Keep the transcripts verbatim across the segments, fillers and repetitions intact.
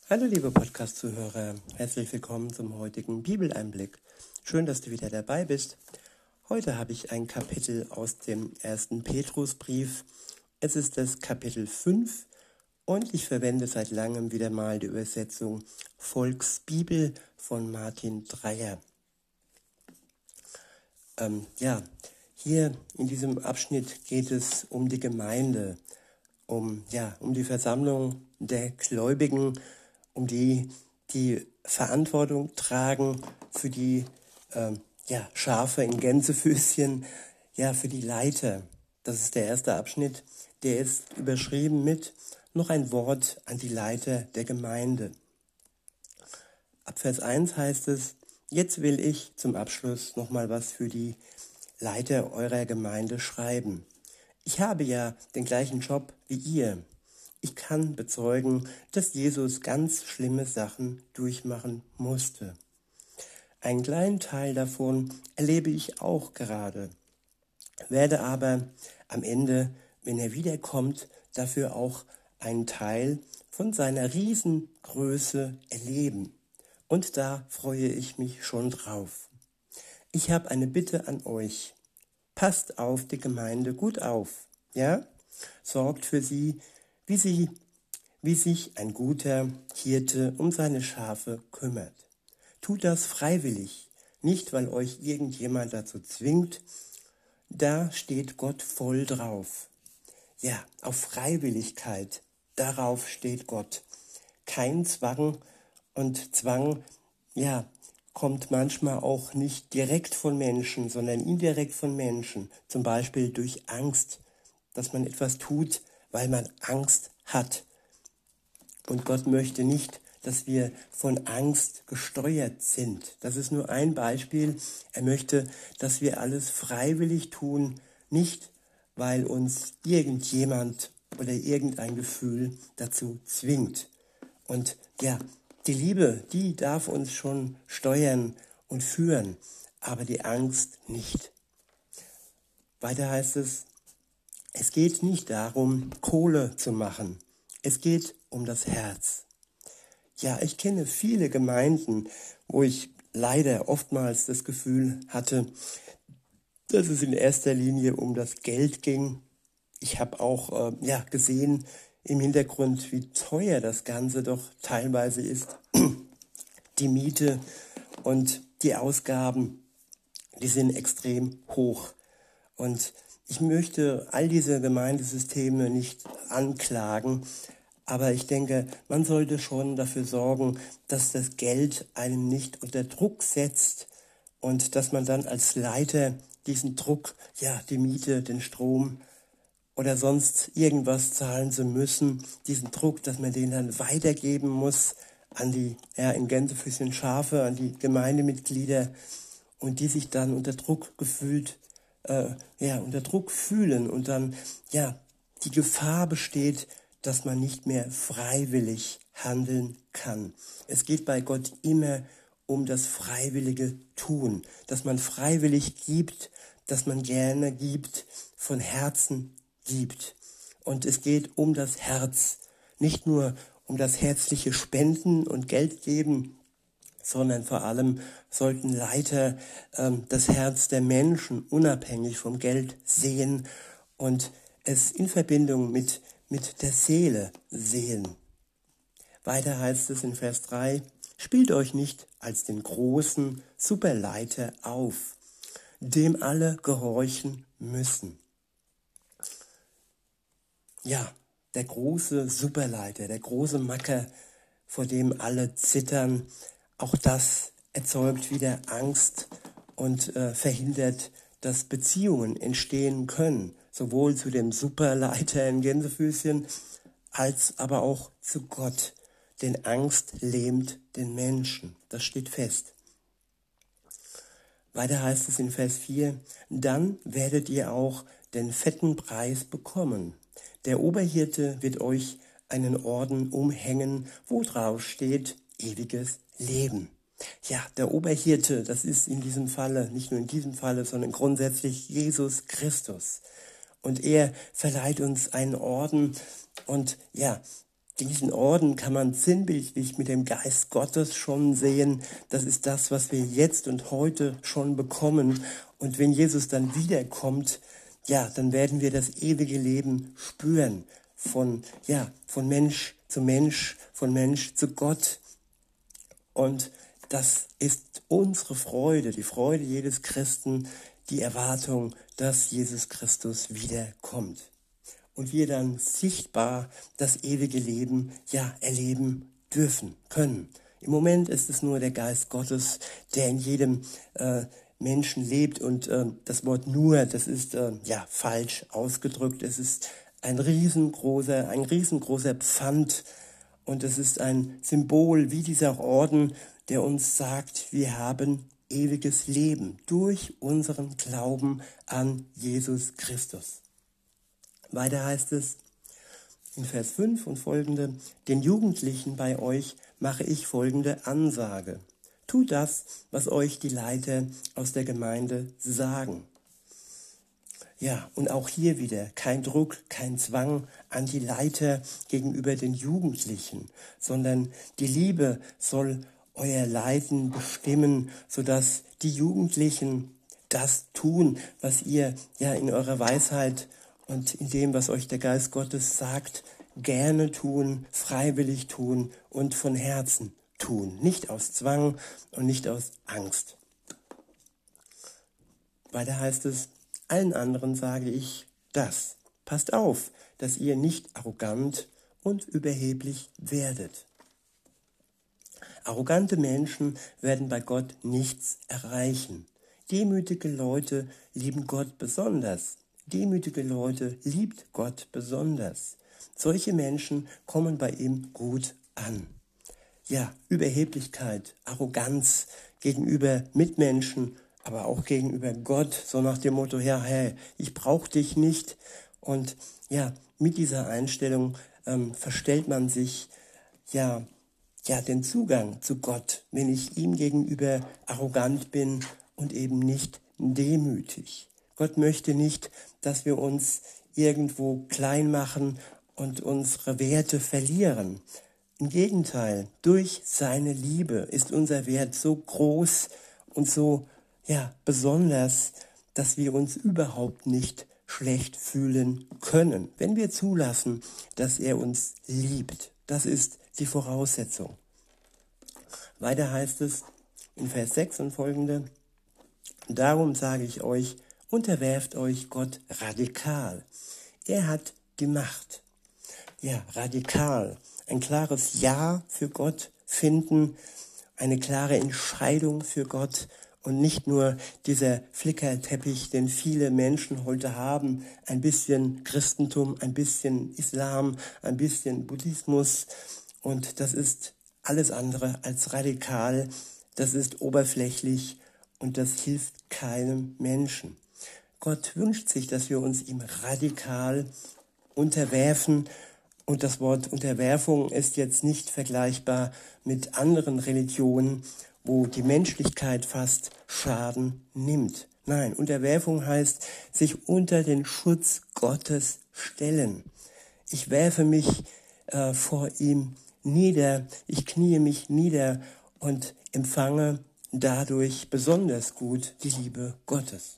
Hallo liebe Podcast-Zuhörer, herzlich willkommen zum heutigen Bibeleinblick. Schön, dass du wieder dabei bist. Heute habe ich ein Kapitel aus dem ersten Petrusbrief. Es ist das Kapitel fünf und ich verwende seit langem wieder mal die Übersetzung Volksbibel von Martin Dreyer. Ähm, ja, hier in diesem Abschnitt geht es um die Gemeinde, um, ja, um die Versammlung der Gläubigen, um die, die Verantwortung tragen für die ähm, ja, Schafe in Gänsefüßchen, ja, für die Leiter. Das ist der erste Abschnitt, der ist überschrieben mit noch ein Wort an die Leiter der Gemeinde. Ab Vers eins heißt es: Jetzt will ich zum Abschluss nochmal was für die Leiter eurer Gemeinde schreiben. Ich habe ja den gleichen Job wie ihr. Ich kann bezeugen, dass Jesus ganz schlimme Sachen durchmachen musste. Einen kleinen Teil davon erlebe ich auch gerade, werde aber am Ende, wenn er wiederkommt, dafür auch einen Teil von seiner Riesengröße erleben. Und da freue ich mich schon drauf. Ich habe eine Bitte an euch. Passt auf die Gemeinde gut auf, ja? Sorgt für sie, wie sie, wie sich ein guter Hirte um seine Schafe kümmert. Tut das freiwillig, nicht weil euch irgendjemand dazu zwingt. Da steht Gott voll drauf. Ja, auf Freiwilligkeit, darauf steht Gott. Kein Zwang und Zwang, ja, kommt manchmal auch nicht direkt von Menschen, sondern indirekt von Menschen. Zum Beispiel durch Angst, dass man etwas tut, weil man Angst hat. Und Gott möchte nicht, dass wir von Angst gesteuert sind. Das ist nur ein Beispiel. Er möchte, dass wir alles freiwillig tun, nicht weil uns irgendjemand oder irgendein Gefühl dazu zwingt. Und ja, die Liebe, die darf uns schon steuern und führen, aber die Angst nicht. Weiter heißt es: Es geht nicht darum, Kohle zu machen. Es geht um das Herz. Ja, ich kenne viele Gemeinden, wo ich leider oftmals das Gefühl hatte, dass es in erster Linie um das Geld ging. Ich habe auch äh, ja, gesehen im Hintergrund, wie teuer das Ganze doch teilweise ist. Die Miete und die Ausgaben, die sind extrem hoch. Und ich möchte all diese Gemeindesysteme nicht anklagen, aber ich denke, man sollte schon dafür sorgen, dass das Geld einen nicht unter Druck setzt und dass man dann als Leiter diesen Druck, ja, die Miete, den Strom oder sonst irgendwas zahlen zu müssen, diesen Druck, dass man den dann weitergeben muss an die, ja, in Gänsefüßchen Schafe, an die Gemeindemitglieder und die sich dann unter Druck gefühlt Äh, ja, unter Druck fühlen und dann, ja, die Gefahr besteht, dass man nicht mehr freiwillig handeln kann. Es geht bei Gott immer um das freiwillige Tun, dass man freiwillig gibt, dass man gerne gibt, von Herzen gibt. Und es geht um das Herz, nicht nur um das herzliche Spenden und Geld geben, sondern vor allem sollten Leiter ähm, das Herz der Menschen unabhängig vom Geld sehen und es in Verbindung mit, mit der Seele sehen. Weiter heißt es in Vers drei, spielt euch nicht als den großen Superleiter auf, dem alle gehorchen müssen. Ja, der große Superleiter, der große Macker, vor dem alle zittern, auch das erzeugt wieder Angst und äh, verhindert, dass Beziehungen entstehen können, sowohl zu dem Superleiter in Gänsefüßchen, als aber auch zu Gott. Denn Angst lähmt den Menschen, das steht fest. Weiter heißt es in Vers vier, dann werdet ihr auch den fetten Preis bekommen. Der Oberhirte wird euch einen Orden umhängen, wo drauf steht, ewiges Leben. Ja, der Oberhirte, das ist in diesem Falle, nicht nur in diesem Falle, sondern grundsätzlich Jesus Christus. Und er verleiht uns einen Orden und ja, diesen Orden kann man sinnbildlich mit dem Geist Gottes schon sehen. Das ist das, was wir jetzt und heute schon bekommen. Und wenn Jesus dann wiederkommt, ja, dann werden wir das ewige Leben spüren. Von, ja, von Mensch zu Mensch, von Mensch zu Gott. Und das ist unsere Freude, die Freude jedes Christen, die Erwartung, dass Jesus Christus wiederkommt. Und wir dann sichtbar das ewige Leben ja erleben dürfen, können. Im Moment ist es nur der Geist Gottes, der in jedem äh, Menschen lebt. Und äh, das Wort nur, das ist äh, ja falsch ausgedrückt. Es ist ein riesengroßer, ein riesengroßer Pfand. Und es ist ein Symbol wie dieser Orden, der uns sagt, wir haben ewiges Leben durch unseren Glauben an Jesus Christus. Weiter heißt es in Vers fünf und folgende: Den Jugendlichen bei euch mache ich folgende Ansage. Tut das, was euch die Leiter aus der Gemeinde sagen. Ja, und auch hier wieder kein Druck, kein Zwang an die Leiter gegenüber den Jugendlichen, sondern die Liebe soll euer Leiden bestimmen, sodass die Jugendlichen das tun, was ihr ja in eurer Weisheit und in dem, was euch der Geist Gottes sagt, gerne tun, freiwillig tun und von Herzen tun. Nicht aus Zwang und nicht aus Angst. Weiter heißt es: Allen anderen sage ich das. Passt auf, dass ihr nicht arrogant und überheblich werdet. Arrogante Menschen werden bei Gott nichts erreichen. Demütige Leute lieben Gott besonders. Demütige Leute liebt Gott besonders. Solche Menschen kommen bei ihm gut an. Ja, Überheblichkeit, Arroganz gegenüber Mitmenschen, aber auch gegenüber Gott, so nach dem Motto, ja, hey, ich brauche dich nicht. Und ja, mit dieser Einstellung ähm, verstellt man sich ja, ja den Zugang zu Gott, wenn ich ihm gegenüber arrogant bin und eben nicht demütig. Gott möchte nicht, dass wir uns irgendwo klein machen und unsere Werte verlieren. Im Gegenteil, durch seine Liebe ist unser Wert so groß und so ja, besonders, dass wir uns überhaupt nicht schlecht fühlen können, wenn wir zulassen, dass er uns liebt. Das ist die Voraussetzung. Weiter heißt es in Vers sechs und folgende: Darum sage ich euch, unterwerft euch Gott radikal. Er hat die Macht. Ja, radikal. Ein klares Ja für Gott finden, eine klare Entscheidung für Gott und nicht nur dieser Flickerteppich, den viele Menschen heute haben. Ein bisschen Christentum, ein bisschen Islam, ein bisschen Buddhismus. Und das ist alles andere als radikal. Das ist oberflächlich und das hilft keinem Menschen. Gott wünscht sich, dass wir uns ihm radikal unterwerfen. Und das Wort Unterwerfung ist jetzt nicht vergleichbar mit anderen Religionen, wo die Menschlichkeit fast Schaden nimmt. Nein, Unterwerfung heißt, sich unter den Schutz Gottes stellen. Ich werfe mich äh, vor ihm nieder, ich kniee mich nieder und empfange dadurch besonders gut die Liebe Gottes.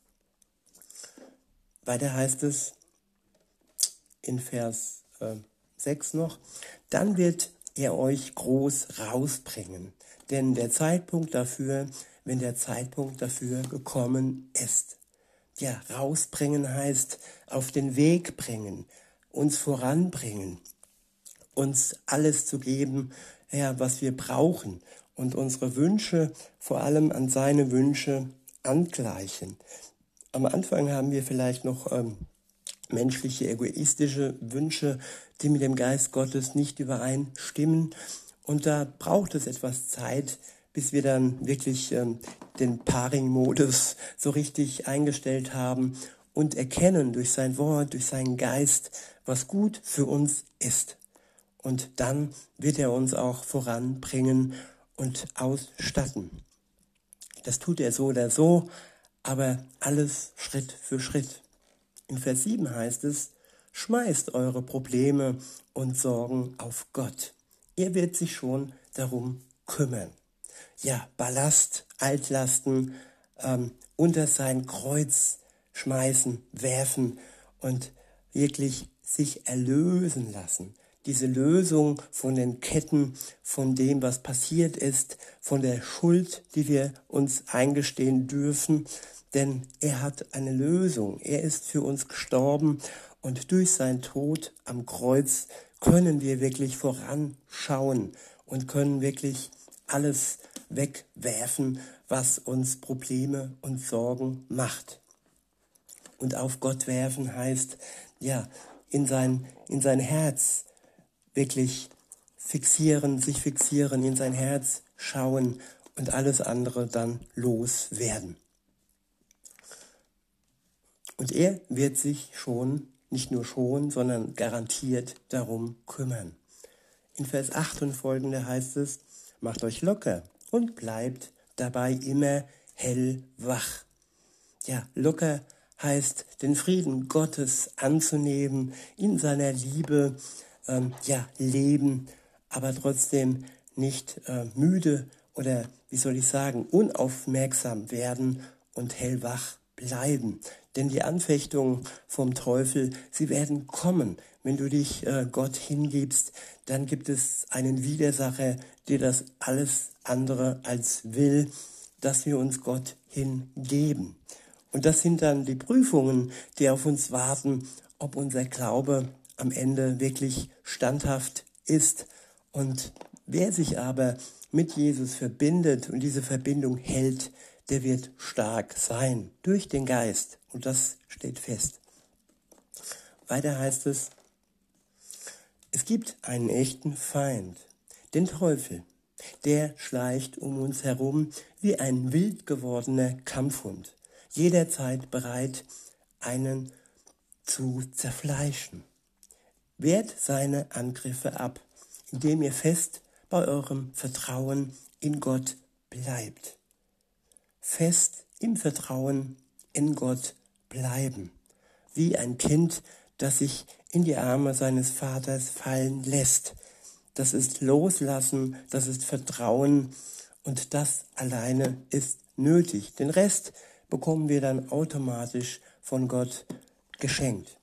Weiter heißt es in Vers äh, sechs noch: Dann wird er euch groß rausbringen, denn der Zeitpunkt dafür, wenn der Zeitpunkt dafür gekommen ist. Ja, rausbringen heißt auf den Weg bringen, uns voranbringen, uns alles zu geben, ja, was wir brauchen und unsere Wünsche vor allem an seine Wünsche angleichen. Am Anfang haben wir vielleicht noch ähm, menschliche, egoistische Wünsche, die mit dem Geist Gottes nicht übereinstimmen. Und da braucht es etwas Zeit, bis wir dann wirklich ähm, den Paring-Modus so richtig eingestellt haben und erkennen durch sein Wort, durch seinen Geist, was gut für uns ist. Und dann wird er uns auch voranbringen und ausstatten. Das tut er so oder so, aber alles Schritt für Schritt. In Vers sieben heißt es: Schmeißt eure Probleme und Sorgen auf Gott. Er wird sich schon darum kümmern. Ja, Ballast, Altlasten ähm, unter sein Kreuz schmeißen, werfen und wirklich sich erlösen lassen. Diese Lösung von den Ketten, von dem, was passiert ist, von der Schuld, die wir uns eingestehen dürfen. Denn er hat eine Lösung. Er ist für uns gestorben und durch seinen Tod am Kreuz können wir wirklich voranschauen und können wirklich alles wegwerfen, was uns Probleme und Sorgen macht. Und auf Gott werfen heißt, ja, in sein, in sein Herz wirklich fixieren, sich fixieren, in sein Herz schauen und alles andere dann loswerden. Und er wird sich schon, nicht nur schon, sondern garantiert darum kümmern. In Vers acht und folgende heißt es, macht euch locker und bleibt dabei immer hellwach. Ja, locker heißt, den Frieden Gottes anzunehmen, in seiner Liebe ähm, ja, leben, aber trotzdem nicht äh, müde oder, wie soll ich sagen, unaufmerksam werden und hellwach bleiben. Denn die Anfechtungen vom Teufel, sie werden kommen. Wenn du dich äh, Gott hingibst, dann gibt es einen Widersacher, der das alles andere als will, dass wir uns Gott hingeben. Und das sind dann die Prüfungen, die auf uns warten, ob unser Glaube am Ende wirklich standhaft ist. Und wer sich aber mit Jesus verbindet und diese Verbindung hält, der wird stark sein durch den Geist. Und das steht fest. Weiter heißt es, es gibt einen echten Feind, den Teufel. Der schleicht um uns herum wie ein wild gewordener Kampfhund, jederzeit bereit, einen zu zerfleischen. Wehrt seine Angriffe ab, indem ihr fest bei eurem Vertrauen in Gott bleibt. Fest im Vertrauen in Gott bleiben, wie ein Kind, das sich in die Arme seines Vaters fallen lässt. Das ist Loslassen, das ist Vertrauen und das alleine ist nötig. Den Rest bekommen wir dann automatisch von Gott geschenkt.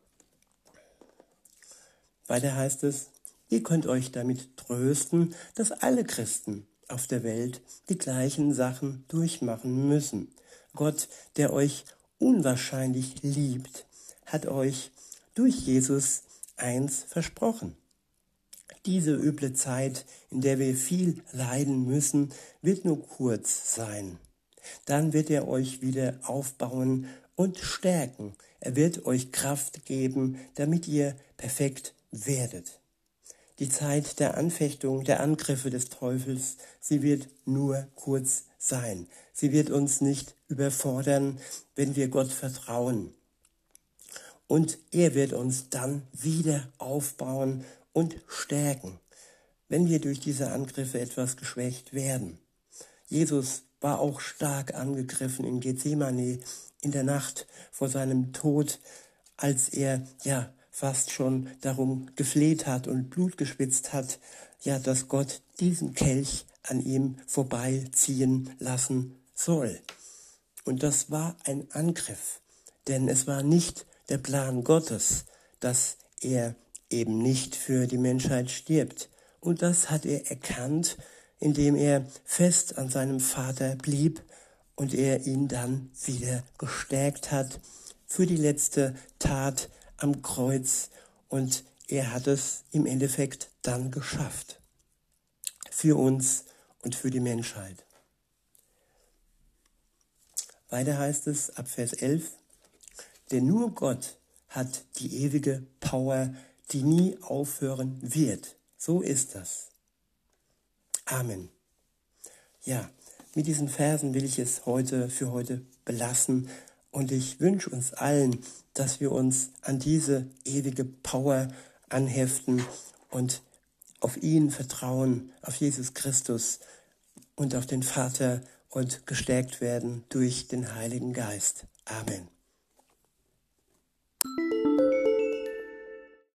Weiter heißt es, ihr könnt euch damit trösten, dass alle Christen auf der Welt die gleichen Sachen durchmachen müssen. Gott, der euch unwahrscheinlich liebt, hat euch durch Jesus eins versprochen. Diese üble Zeit, in der wir viel leiden müssen, wird nur kurz sein. Dann wird er euch wieder aufbauen und stärken. Er wird euch Kraft geben, damit ihr perfekt werdet. Die Zeit der Anfechtung, der Angriffe des Teufels, sie wird nur kurz sein. Sie wird uns nicht überfordern, wenn wir Gott vertrauen. Und er wird uns dann wieder aufbauen und stärken, wenn wir durch diese Angriffe etwas geschwächt werden. Jesus war auch stark angegriffen in Gethsemane in der Nacht vor seinem Tod, als er ja fast schon darum gefleht hat und Blut geschwitzt hat, ja, dass Gott diesen Kelch an ihm vorbeiziehen lassen soll. Und das war ein Angriff, denn es war nicht der Plan Gottes, dass er eben nicht für die Menschheit stirbt. Und das hat er erkannt, indem er fest an seinem Vater blieb und er ihn dann wieder gestärkt hat für die letzte Tat am Kreuz. Und er hat es im Endeffekt dann geschafft. Für uns und für die Menschheit. Weiter heißt es ab Vers elf, denn nur Gott hat die ewige Power, die nie aufhören wird. So ist das. Amen. Ja, mit diesen Versen will ich es heute für heute belassen und ich wünsche uns allen, dass wir uns an diese ewige Power anheften und auf ihn vertrauen, auf Jesus Christus und auf den Vater und gestärkt werden durch den Heiligen Geist. Amen.